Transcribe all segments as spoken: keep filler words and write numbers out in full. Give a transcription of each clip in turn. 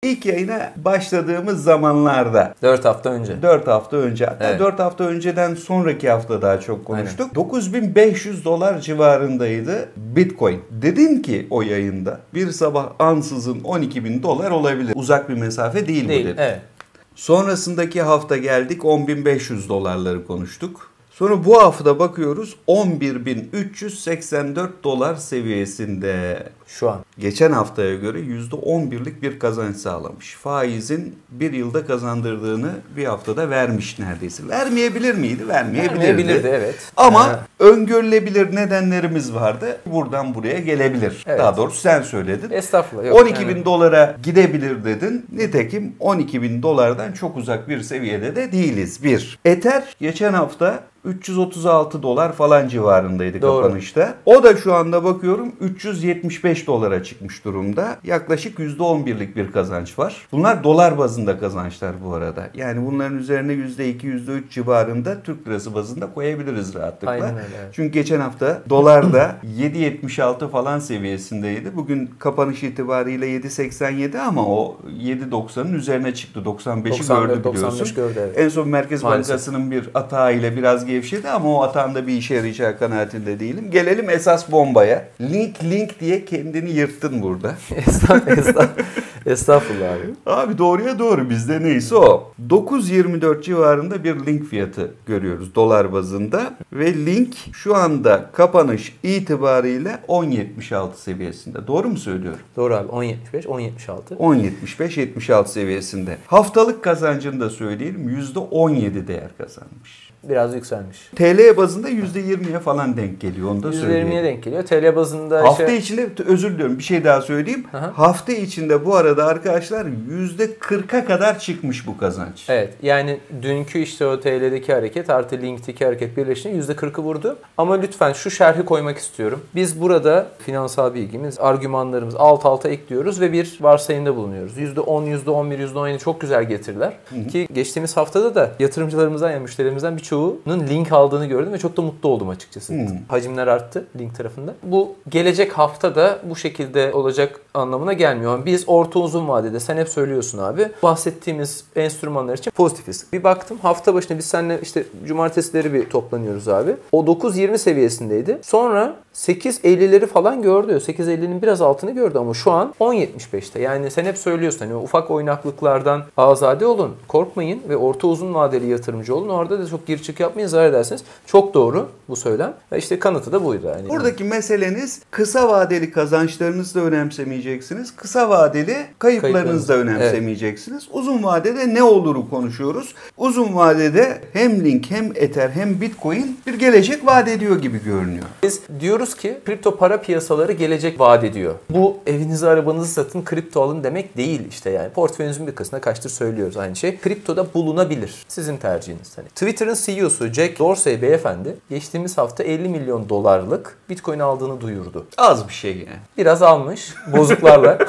İlk yayına başladığımız zamanlarda. dört hafta önce. dört hafta önce. Hatta evet. dört hafta önceden sonraki hafta daha çok konuştuk. Aynen. dokuz bin beş yüz dolar civarındaydı Bitcoin. Dedin ki o yayında bir sabah ansızın on iki bin dolar olabilir. Uzak bir mesafe değil, değil bu dedin. Evet. Sonrasındaki hafta geldik on bin beş yüz dolarları konuştuk. Sonra bu hafta bakıyoruz on bir bin üç yüz seksen dört dolar seviyesinde. Şu an. Geçen haftaya göre yüzde on birlik bir kazanç sağlamış. Faizin bir yılda kazandırdığını bir haftada vermiş neredeyse. Vermeyebilir miydi? Vermeyebilirdi. Vermeyebilirdi, evet. Ama ha. öngörülebilir nedenlerimiz vardı. Buradan buraya gelebilir. Evet. Daha doğrusu sen söyledin. Estağfurullah. Yok, on iki bin yani. Dolara gidebilir dedin. Nitekim on iki bin dolardan çok uzak bir seviyede de değiliz. Bir. Ether geçen hafta üç yüz otuz altı dolar falan civarındaydı. Doğru. Kapanışta. O da şu anda bakıyorum üç yüz yetmiş beş dolara çıkmış durumda. Yaklaşık yüzde on birlik bir kazanç var. Bunlar dolar bazında kazançlar bu arada. Yani bunların üzerine yüzde iki yüzde üç civarında Türk lirası bazında koyabiliriz rahatlıkla. Aynen öyle. Çünkü geçen hafta dolar da yedi yetmiş altı falan seviyesindeydi. Bugün kapanış itibariyle yedi seksen yedi ama o yedi doksanın üzerine çıktı. doksan beşi gördü biliyorsun. Gördü, evet. En son Merkez Maalesef. Bankası'nın bir atağıyla biraz gevşedi ama o atağında bir işe yarayacağı kanaatinde değilim. Gelelim esas bombaya. Link link diye kendini yırttın burada. Estağfurullah. Estağfurullah. Estağfurullah abi. Abi doğruya doğru, bizde neyse o. dokuz yirmi dört civarında bir link fiyatı görüyoruz dolar bazında. Ve link şu anda kapanış itibariyle on yetmiş altı seviyesinde. Doğru mu söylüyorum? Doğru abi. on yetmiş beş, on yetmiş altı. on yetmiş beş yetmiş altı seviyesinde. Haftalık kazancını da söyleyelim. yüzde on yedi değer kazanmış. Biraz yükselmiş. T L bazında yüzde yirmiye falan denk geliyor. Onu da söyleyeyim. yüzde yirmiye denk geliyor. T L bazında... Hafta şey... içinde, özür diliyorum bir şey daha söyleyeyim. Aha. Hafta içinde bu arada arkadaşlar yüzde kırka kadar çıkmış bu kazanç. Evet. Yani dünkü işte o T L'deki hareket artı Link'teki hareket birleşince yüzde kırkı vurdu. Ama lütfen şu şerhi koymak istiyorum. Biz burada finansal bilgimiz, argümanlarımız alt alta ekliyoruz ve bir varsayımda bulunuyoruz. yüzde on, yüzde on bir, yüzde on yedi çok güzel getiriler. Hı hı. Ki geçtiğimiz haftada da yatırımcılarımızdan yani müşterilerimizden birçoğunun link aldığını gördüm ve çok da mutlu oldum açıkçası. Hmm. Hacimler arttı link tarafında. Bu gelecek hafta da bu şekilde olacak anlamına gelmiyor. Yani biz orta uzun vadede, sen hep söylüyorsun abi, bahsettiğimiz enstrümanlar için pozitifiz. Bir baktım hafta başında biz seninle işte cumartesileri bir toplanıyoruz abi. O dokuz yirmi seviyesindeydi. Sonra sekiz ellileri falan gördü. sekiz ellinin biraz altını gördü ama şu an on yetmiş beşte. Yani sen hep söylüyorsun hani ufak oynaklıklardan azade olun, korkmayın ve orta uzun vadeli yatırımcı olun. Orada da çok gir çık yapmayın, zarar edersiniz. Çok doğru bu söylem. Ve işte kanıtı da buydu. Yani. Buradaki meseleniz kısa vadeli kazançlarınızı da önemsemeyeceksiniz. Kısa vadeli kayıplarınızı da önemsemeyeceksiniz. Evet. Uzun vadede ne oluru konuşuyoruz. Uzun vadede hem Link hem Ether hem Bitcoin bir gelecek vaat ediyor gibi görünüyor. Biz diyoruz ki kripto para piyasaları gelecek vaat ediyor. Bu evinizi arabanızı satın kripto alın demek değil işte yani. Portföyünüzün bir kısmına kaçtır söylüyoruz aynı şey. Kriptoda bulunabilir. Sizin tercihiniz. Hani Twitter'ın C E O'su Jack Dorsey beyefendi geçtiğimiz hafta elli milyon dolarlık Bitcoin aldığını duyurdu. Az bir şey yani. Biraz almış bozuklarla.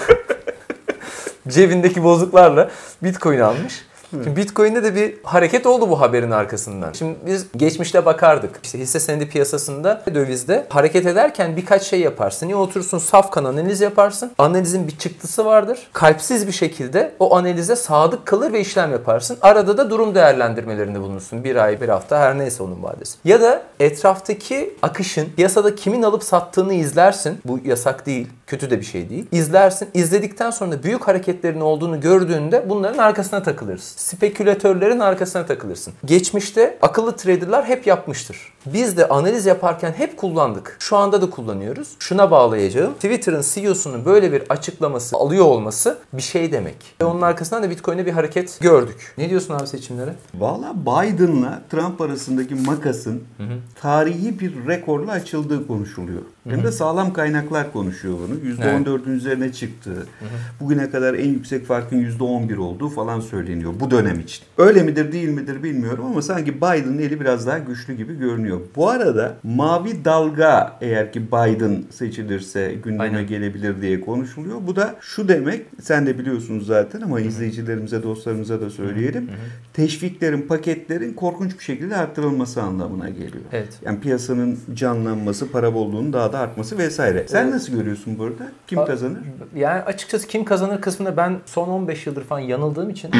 Cebindeki bozuklarla Bitcoin almış. Şimdi Bitcoin'de de bir hareket oldu bu haberin arkasından. Şimdi biz geçmişte bakardık. İşte hisse senedi piyasasında, dövizde hareket ederken birkaç şey yaparsın. Ya oturursun safkan analiz yaparsın. Analizin bir çıktısı vardır. Kalpsiz bir şekilde o analize sadık kalır ve işlem yaparsın. Arada da durum değerlendirmelerinde bulunursun. Bir ay, bir hafta her neyse onun vadesi. Ya da etraftaki akışın, piyasada kimin alıp sattığını izlersin. Bu yasak değil. Kötü de bir şey değil. İzlersin. İzledikten sonra büyük hareketlerin olduğunu gördüğünde bunların arkasına takılırsın. Spekülatörlerin arkasına takılırsın. Geçmişte akıllı traderlar hep yapmıştır. Biz de analiz yaparken hep kullandık. Şu anda da kullanıyoruz. Şuna bağlayacağım. Twitter'ın C E O'sunun böyle bir açıklaması alıyor olması bir şey demek. Ve onun arkasından da Bitcoin'e bir hareket gördük. Ne diyorsun abi seçimlere? Valla Biden'la Trump arasındaki makasın hı hı. tarihi bir rekorla açıldığı konuşuluyor. Hı hı. Hem de sağlam kaynaklar konuşuyor bunu. yüzde on dörtün evet. üzerine çıktığı, hı hı. bugüne kadar en yüksek farkın yüzde on bir olduğu falan söyleniyor. Bu bu dönem için. Öyle midir değil midir bilmiyorum ama sanki Biden'ın eli biraz daha güçlü gibi görünüyor. Bu arada mavi dalga eğer ki Biden seçilirse gündeme Aynen. gelebilir diye konuşuluyor. Bu da şu demek, sen de biliyorsunuz zaten ama Hı-hı. izleyicilerimize, dostlarımıza da söyleyelim. Hı-hı. Teşviklerin, paketlerin korkunç bir şekilde arttırılması anlamına geliyor. Evet. Yani piyasanın canlanması, para bolluğunun daha da artması vesaire. Sen evet. nasıl görüyorsun burada? Kim kazanır? Yani açıkçası kim kazanır kısmında ben son on beş yıldır falan yanıldığım için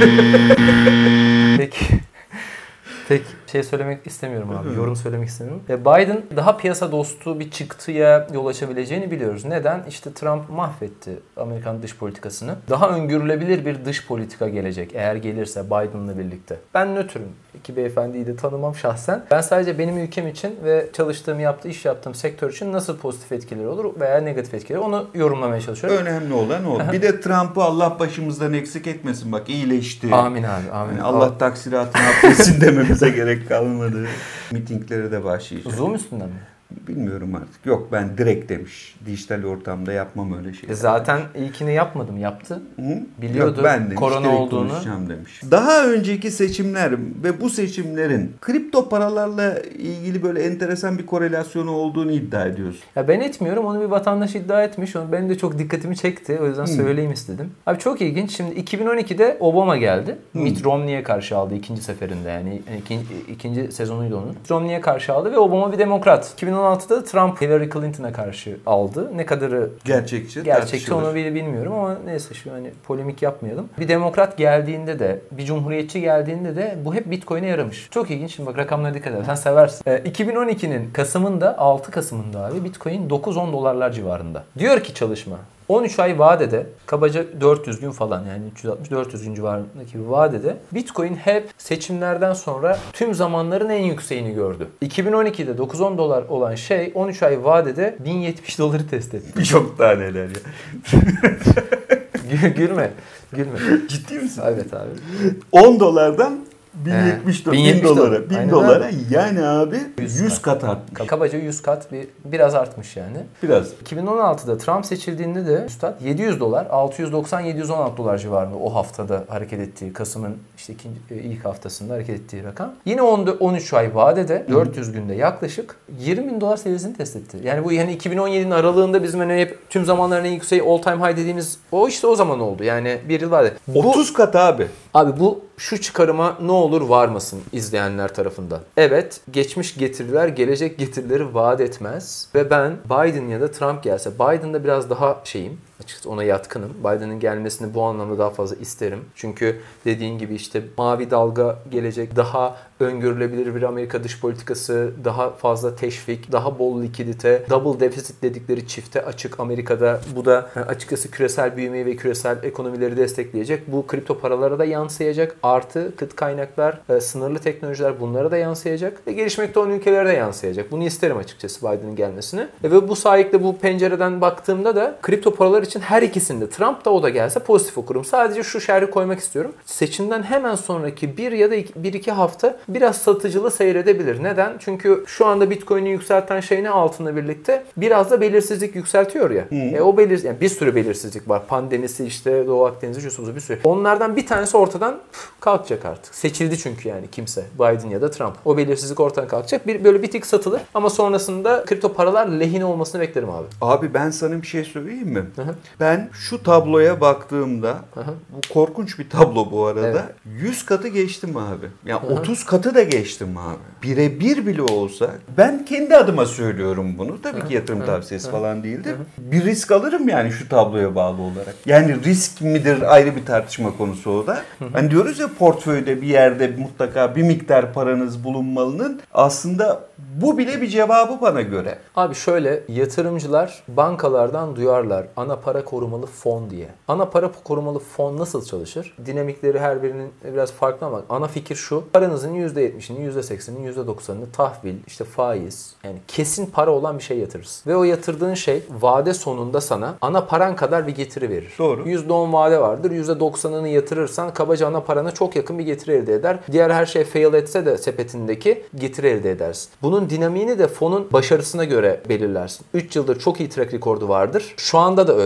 pek pek şey söylemek istemiyorum abi. Hı-hı. Yorum söylemek istemiyorum. Biden daha piyasa dostu bir çıktıya yol açabileceğini biliyoruz. Neden? İşte Trump mahvetti Amerikan dış politikasını. Daha öngörülebilir bir dış politika gelecek eğer gelirse Biden'la birlikte. Ben nötrüm. İki beyefendiyi de tanımam şahsen. Ben sadece benim ülkem için ve çalıştığım, yaptığı, iş yaptığım sektör için nasıl pozitif etkileri olur veya negatif etkileri onu yorumlamaya çalışıyorum. Önemli olan o. Bir de Trump'ı Allah başımızdan eksik etmesin. Bak iyileşti. Amin abi. Amin. Yani Allah taksiratını affetsin dememize gerek kalmadı. Mitinglere de başlayacak. Zoom üstünden mi? Bilmiyorum artık. Yok ben direkt demiş. Dijital ortamda yapmam öyle şey. E zaten ilkini yapmadım. Yaptı. Hı? Biliyordu Yok, ben demiş, korona olduğunu. Demiş. Daha önceki seçimler ve bu seçimlerin kripto paralarla ilgili böyle enteresan bir korelasyonu olduğunu iddia ediyorsun. Ya ben etmiyorum. Onu bir vatandaş iddia etmiş. Onu benim de çok dikkatimi çekti. O yüzden Hı. söyleyeyim istedim. Abi çok ilginç. Şimdi iki bin on ikide Obama geldi. Hı. Mitt Romney'e karşı aldı ikinci seferinde. Yani ikinci, ikinci sezonuydu onun. Mitt Romney'e karşı aldı ve Obama bir demokrat. iki bin on altıda Trump Hillary Clinton'a karşı aldı. Ne kadarı gerçekçi, gerçekçi onu bilmiyorum ama neyse şu hani polemik yapmayalım. Bir demokrat geldiğinde de, bir cumhuriyetçi geldiğinde de bu hep Bitcoin'e yaramış. Çok ilginç. Şimdi bak rakamlara dikkat et. Sen seversin. E, iki bin on ikinin Kasım'ında, altı Kasım'ında abi Bitcoin dokuz on dolarlar civarında. Diyor ki çalışma. on üç ay vadede, kabaca dört yüz gün falan yani üç yüz altmış dört yüz gün civarındaki bir vadede Bitcoin hep seçimlerden sonra tüm zamanların en yükseğini gördü. iki bin on ikide dokuz on dolar olan şey on üç ay vadede bin yetmiş doları test etti. Çok daha neler ya. Gülme. Gülme. Ciddi misin? Evet abi. on dolardan bin yetmiş dolara. bin dolara yani abi yüz kat artmış. Kabaca yüz kat bir biraz artmış yani. Biraz. iki bin on altıda Trump seçildiğinde de üstad yedi yüz dolar, altı yüz doksan yedi yüz on altı dolar civarında o haftada hareket ettiği, Kasım'ın işte ikinci, ilk haftasında hareket ettiği rakam. Yine on üç ay vadede dört yüz günde yaklaşık yirmi bin dolar seviyesini test etti. Yani bu yani iki bin on yedinin aralığında bizim hani hep tüm zamanların en yüksek all time high dediğimiz o işte o zaman oldu. Yani bir yıl vadede. otuz kat abi. Abi bu şu çıkarıma ne olur varmasın izleyenler tarafından. Evet, geçmiş getiriler gelecek getirileri vaat etmez ve ben Biden ya da Trump gelse, Biden'da biraz daha şeyim, açıkçası ona yatkınım. Biden'ın gelmesini bu anlamda daha fazla isterim. Çünkü dediğin gibi işte mavi dalga gelecek, daha öngörülebilir bir Amerika dış politikası, daha fazla teşvik, daha bol likidite, double deficit dedikleri çifte açık Amerika'da. Bu da açıkçası küresel büyümeyi ve küresel ekonomileri destekleyecek. Bu kripto paralara da yansıyacak. Artı kıt kaynaklar, sınırlı teknolojiler bunlara da yansıyacak. Ve gelişmekte olan ülkelere de yansıyacak. Bunu isterim açıkçası Biden'ın gelmesini. Ve bu sayede bu pencereden baktığımda da kripto paralar için her ikisinde Trump da o da gelse pozitif okurum. Sadece şu şerhi koymak istiyorum. Seçimden hemen sonraki bir ya da bir iki hafta biraz satıcılı seyredebilir. Neden? Çünkü şu anda Bitcoin'i yükselten şey ne altınla birlikte? Biraz da belirsizlik yükseltiyor ya. E o belir yani bir sürü belirsizlik var. Pandemisi işte Doğu Akdeniz'i şu bir sürü. Onlardan bir tanesi ortadan kalkacak artık. Seçildi çünkü yani kimse. Biden ya da Trump. O belirsizlik ortadan kalkacak. Bir, böyle bir tık satılır. Ama sonrasında kripto paralar lehine olmasını beklerim abi. Abi ben sana bir şey söyleyeyim mi? Hı-hı. Ben şu tabloya baktığımda Hı-hı. bu korkunç bir tablo bu arada. Evet. yüz katı geçtim abi. Yani Hı-hı. otuz katı da geçtim abi. Birebir bile olsa ben kendi adıma söylüyorum bunu. Tabii Hı-hı. ki yatırım Hı-hı. tavsiyesi Hı-hı. falan değildir. Hı-hı. Bir risk alırım yani şu tabloya bağlı olarak. Yani risk midir ayrı bir tartışma konusu o da. Hı-hı. Hani diyoruz ya portföyde bir yerde mutlaka bir miktar paranız bulunmalının aslında bu bile bir cevabı bana göre. Abi şöyle yatırımcılar bankalardan duyarlar ana para korumalı fon diye. Ana para korumalı fon nasıl çalışır? Dinamikleri her birinin biraz farklı ama ana fikir şu. Paranızın yüzde yetmişini, yüzde seksenini, yüzde doksanını tahvil, işte faiz yani kesin para olan bir şey yatırırsın. Ve o yatırdığın şey vade sonunda sana ana paran kadar bir getiri verir. Doğru. yüzde on vade vardır. yüzde doksanını yatırırsan kabaca ana parana çok yakın bir getiri elde eder. Diğer her şey fail etse de sepetindeki getiri elde edersin. Bunun dinamiğini de fonun başarısına göre belirlersin. üç yıldır çok iyi track rekordu vardır. Şu anda da öyle.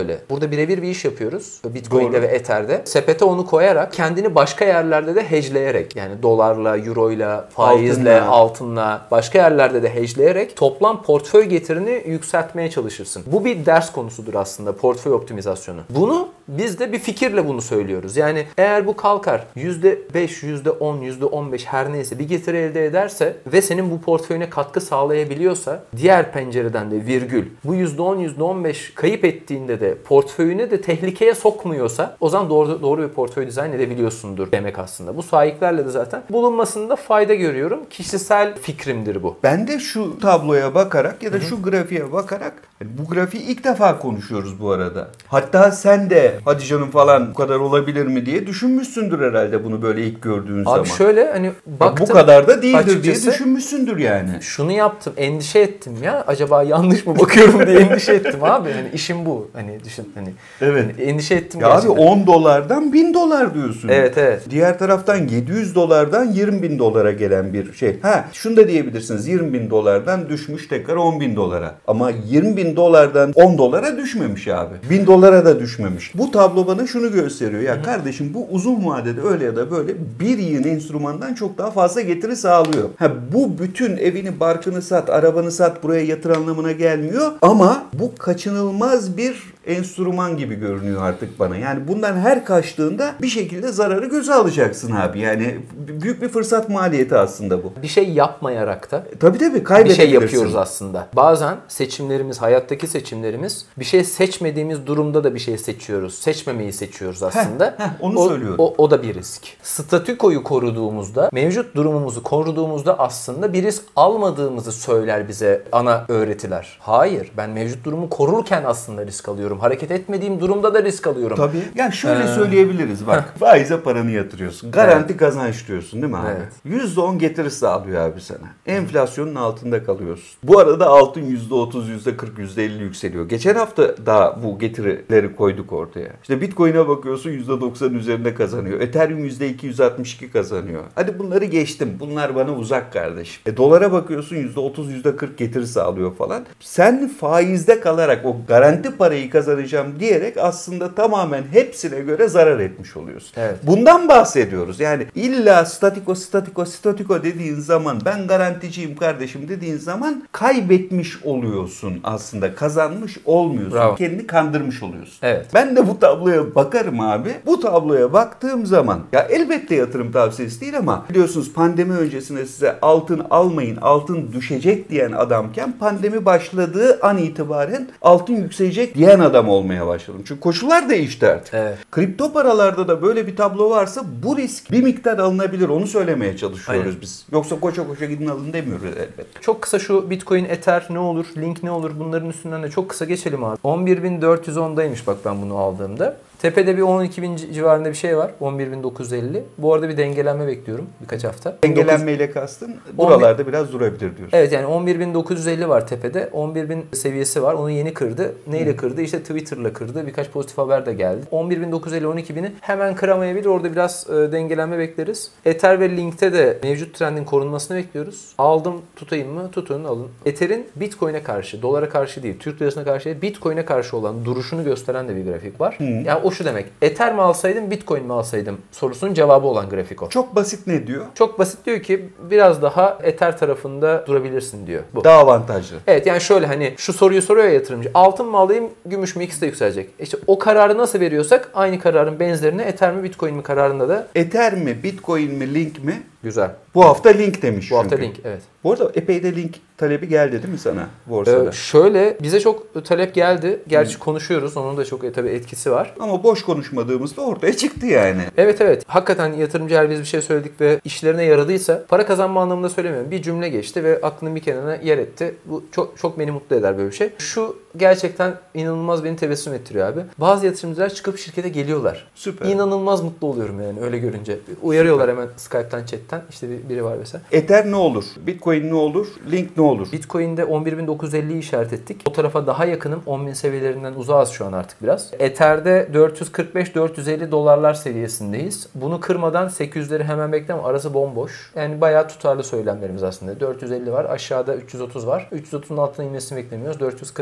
öyle. Burada birebir bir iş yapıyoruz. Bitcoin'de Doğru. ve Ether'de. Sepete onu koyarak kendini başka yerlerde de hedgeleyerek, yani dolarla, euroyla, faizle, Altınla. altınla, başka yerlerde de hedgeleyerek toplam portföy getirini yükseltmeye çalışırsın. Bu bir ders konusudur aslında, portföy optimizasyonu. Bunu biz de bir fikirle bunu söylüyoruz. Yani eğer bu kalkar yüzde beş, yüzde on, yüzde on beş her neyse bir getiri elde ederse ve senin bu portföyüne katkı sağlayabiliyorsa, diğer pencereden de virgül bu yüzde on, yüzde on beş kayıp ettiğinde de portföyüne de tehlikeye sokmuyorsa, o zaman doğru, doğru bir portföy dizayn edebiliyorsundur demek aslında. Bu sahiplerle de zaten bulunmasında fayda görüyorum. Kişisel fikrimdir bu. Ben de şu tabloya bakarak ya da şu grafiğe bakarak, yani bu grafiği ilk defa konuşuyoruz bu arada. Hatta sen de hadi canım falan bu kadar olabilir mi diye düşünmüşsündür herhalde bunu böyle ilk gördüğün Abi zaman. Abi şöyle hani baktım. Bu kadar da değildir açıkçası, diye düşünmüşsündür yani. Şunu yaptım, endişe ettim ya. Acaba yanlış mı bakıyorum diye endişe ettim abi. Hani işim bu. Hani düşün hani. Evet. Hani endişe ettim Ya gerçekten. abi on dolardan bin dolar diyorsun. Evet evet. Diğer taraftan yedi yüz dolardan yirmi bin dolara gelen bir şey. Ha şunu da diyebilirsiniz, yirmi bin dolardan düşmüş tekrar on bin dolara. Ama yirmi bin dolardan on dolara düşmemiş abi. bin dolara da düşmemiş. Bu tablo bana şunu gösteriyor. Ya kardeşim bu uzun vadede öyle ya da böyle bir yığın enstrümandan çok daha fazla getiri sağlıyor. Ha bu bütün evini, barkını sat, arabanı sat, buraya yatır anlamına gelmiyor. Ama bu kaçınılmaz bir enstrüman gibi görünüyor artık bana. Yani bundan her kaçtığında bir şekilde zararı göze alacaksın abi. Yani büyük bir fırsat maliyeti aslında bu. Bir şey yapmayarak da Tabii tabii bir kaybedebilirsin. şey yapıyoruz aslında. Bazen seçimlerimiz, hayattaki seçimlerimiz, bir şey seçmediğimiz durumda da bir şey seçiyoruz. Seçmemeyi seçiyoruz aslında. Heh, heh, onu o, söylüyorum. O, o da bir risk. Statükoyu koruduğumuzda, mevcut durumumuzu koruduğumuzda aslında bir risk almadığımızı söyler bize ana öğretiler. Hayır, ben mevcut durumu korurken aslında risk alıyorum. Hareket etmediğim durumda da risk alıyorum. Tabii. Ya şöyle Ee, söyleyebiliriz bak. Faize paranı yatırıyorsun. Garanti kazanç diyorsun değil mi abi? Evet. yüzde on getiri sağlıyor abi sana. Enflasyonun altında kalıyorsun. Bu arada altın yüzde otuz, yüzde kırk, yüzde elli yükseliyor. Geçen hafta da bu getirileri koyduk ortaya. İşte Bitcoin'e bakıyorsun yüzde doksan üzerinde kazanıyor. Ethereum yüzde iki yüz altmış iki kazanıyor. Hadi bunları geçtim. Bunlar bana uzak kardeşim. E dolara bakıyorsun yüzde otuz, yüzde kırk getiri sağlıyor falan. Sen faizde kalarak o garanti parayı kazanacağım diyerek aslında tamamen hepsine göre zarar etmiş oluyorsun. Evet. Bundan bahsediyoruz. Yani illa statiko statiko statiko dediğin zaman, ben garanticiyim kardeşim dediğin zaman kaybetmiş oluyorsun aslında. Kazanmış olmuyorsun. Bravo. Kendini kandırmış oluyorsun. Evet. Ben de bu tabloya bakarım abi. Bu tabloya baktığım zaman ya elbette yatırım tavsiyesi değil ama biliyorsunuz pandemi öncesinde size altın almayın, altın düşecek diyen adamken pandemi başladığı an itibaren altın yükselecek diyen adam olmaya başladım. Çünkü koşullar değişti artık. Evet. Kripto paralarda da böyle bir tablo varsa bu risk bir miktar alınabilir. Onu söylemeye çalışıyoruz Aynen. biz. Yoksa koşa koşa gidin alın demiyoruz elbette. Çok kısa şu Bitcoin, Ether ne olur, Link ne olur, bunların üstünden de çok kısa geçelim abi. on bir bin dört yüz ondaymış bak ben bunu aldığımda. Tepede bir on iki bin civarında bir şey var. on bir bin dokuz yüz elli. Bu arada bir dengelenme bekliyorum birkaç hafta. Dengelenmeyle kastın buralarda biraz durabilir diyorsun. Evet yani on bir bin dokuz yüz elli var tepede. on bir bin seviyesi var. Onu yeni kırdı. Neyle kırdı? İşte Twitter'la kırdı. Birkaç pozitif haber de geldi. on bir bin dokuz yüz elli on iki bini hemen kıramayabilir. Orada biraz e, dengelenme bekleriz. Ether ve Link'te de mevcut trendin korunmasını bekliyoruz. Aldım tutayım mı? Tutun alın. Ether'in Bitcoin'e karşı, dolara karşı değil, Türk lirasına karşı değil, Bitcoin'e karşı olan duruşunu gösteren de bir grafik var. Hı. Yani o şu demek. Ether mi alsaydım, Bitcoin mi alsaydım sorusunun cevabı olan grafik o. Çok basit ne diyor? Çok basit diyor ki biraz daha Ether tarafında durabilirsin diyor. Bu. Daha avantajlı. Evet yani şöyle hani şu soruyu soruyor ya yatırımcı. Altın mı alayım, gümüş mü, ikisi de yükselecek. İşte o kararı nasıl veriyorsak aynı kararın benzerine Ether mi, Bitcoin mi kararında da. Ether mi, Bitcoin mi, Link mi? Güzel. Bu hafta Link demiş. Bu hafta çünkü. Link evet. Bu arada epey de Link talebi geldi değil mi sana borsada? Ee, şöyle bize çok talep geldi. Gerçi hmm. konuşuyoruz. Onun da çok e, tabii etkisi var. Ama boş konuşmadığımızda ortaya çıktı yani. Evet evet. Hakikaten yatırımcı eğer biz bir şey söyledik ve işlerine yaradıysa, para kazanma anlamında söylemiyorum. Bir cümle geçti ve aklının bir kenarına yer etti. Bu çok çok beni mutlu eder böyle bir şey. Şu gerçekten inanılmaz beni tebessüm ettiriyor abi. Bazı yatırımcılar çıkıp şirkete geliyorlar. Süper. İnanılmaz mutlu oluyorum yani öyle görünce. Uyarıyorlar hemen Skype'tan, chatten. İşte bir, biri var mesela. Ether ne olur? Bitcoin ne olur? Link ne olur? Bitcoin'de on bir bin dokuz yüz elliyi işaret ettik. O tarafa daha yakınım. on bin seviyelerinden uzağız şu an artık biraz. Ether'de dört yüz kırk beş dört yüz elli dolarlar seviyesindeyiz. Bunu kırmadan sekiz yüzleri hemen bekleme. Arası bomboş. Yani bayağı tutarlı söylemlerimiz aslında. dört yüz elli var. Aşağıda üç yüz otuz var. üç yüz otuzun altına inmesini beklemiyoruz. dört yüz kırkın dört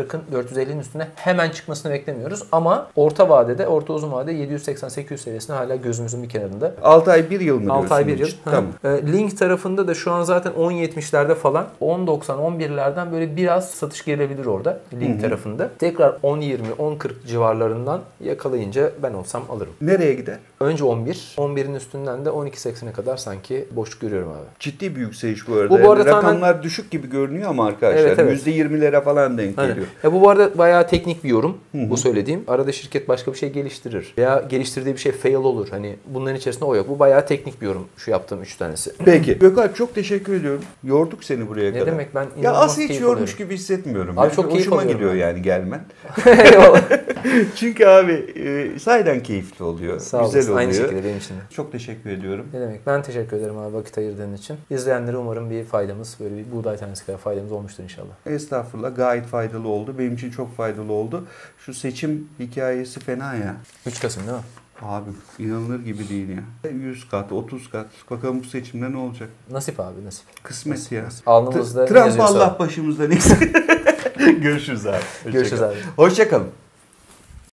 dört yüz ellinin üstüne hemen çıkmasını beklemiyoruz. Ama orta vadede, orta uzun vadede yedi yüz seksen sekiz yüz seviyesinde hala gözümüzün bir kenarında. altı ay bir yıl mı diyorsun? altı ay bir yıl. Tamam. Link tarafında da şu an zaten on yetmişlerde falan, on doksan on birlerden böyle biraz satış gelebilir orada Link Hı hı. tarafında. Tekrar on yirmi on kırk civarlarından yakalayınca ben olsam alırım. Nereye gider? Önce on bir. on birin üstünden de on iki seksene kadar sanki boşluk görüyorum abi. Ciddi bir yükseliş bu arada. Bu bu arada Yani rakamlar tamamen... düşük gibi görünüyor ama arkadaşlar Evet, evet. yüzde yirmilere falan denk Hani, geliyor. ya bu bu arada bayağı teknik bir yorum. Hı hı. Bu söylediğim. Arada şirket başka bir şey geliştirir. Veya geliştirdiği bir şey fail olur. Hani bunların içerisinde o yok. Bu bayağı teknik bir yorum. Şu yaptığım üç tanesi. Peki. Gökalp çok teşekkür ediyorum. Yorduk seni buraya Ne kadar. demek, ben Ya inanılmaz aslında hiç keyif yormuş alıyorum. gibi hissetmiyorum. Abi Yani çok keyif hoşuma alıyorum gidiyor ben. yani gelmen. Eyvallah. Çünkü abi e, sahiden keyifli oluyor. Sağ güzel olasın. oluyor. Aynı şekilde benim için de. Çok teşekkür ediyorum. Ne demek? Ben teşekkür ederim abi vakit ayırdığın için. İzleyenlere umarım bir faydamız, böyle bir buğday tanesi kadar faydamız olmuştur inşallah. Estağfurullah, gayet faydalı oldu. Benim için çok faydalı oldu. Şu seçim hikayesi fena ya. üç Kasım değil mi? Abi inanılır gibi değil ya. yüz kat, otuz kat. Bakalım bu seçimde ne olacak? Nasip abi, nasip. Kısmet Nasip, ya. nasip. Alnımızda T- ne Trump yazıyorsa. Allah başımızdan eksik. Görüşürüz abi. Hoşça Görüşürüz kal. abi. Hoşçakalın.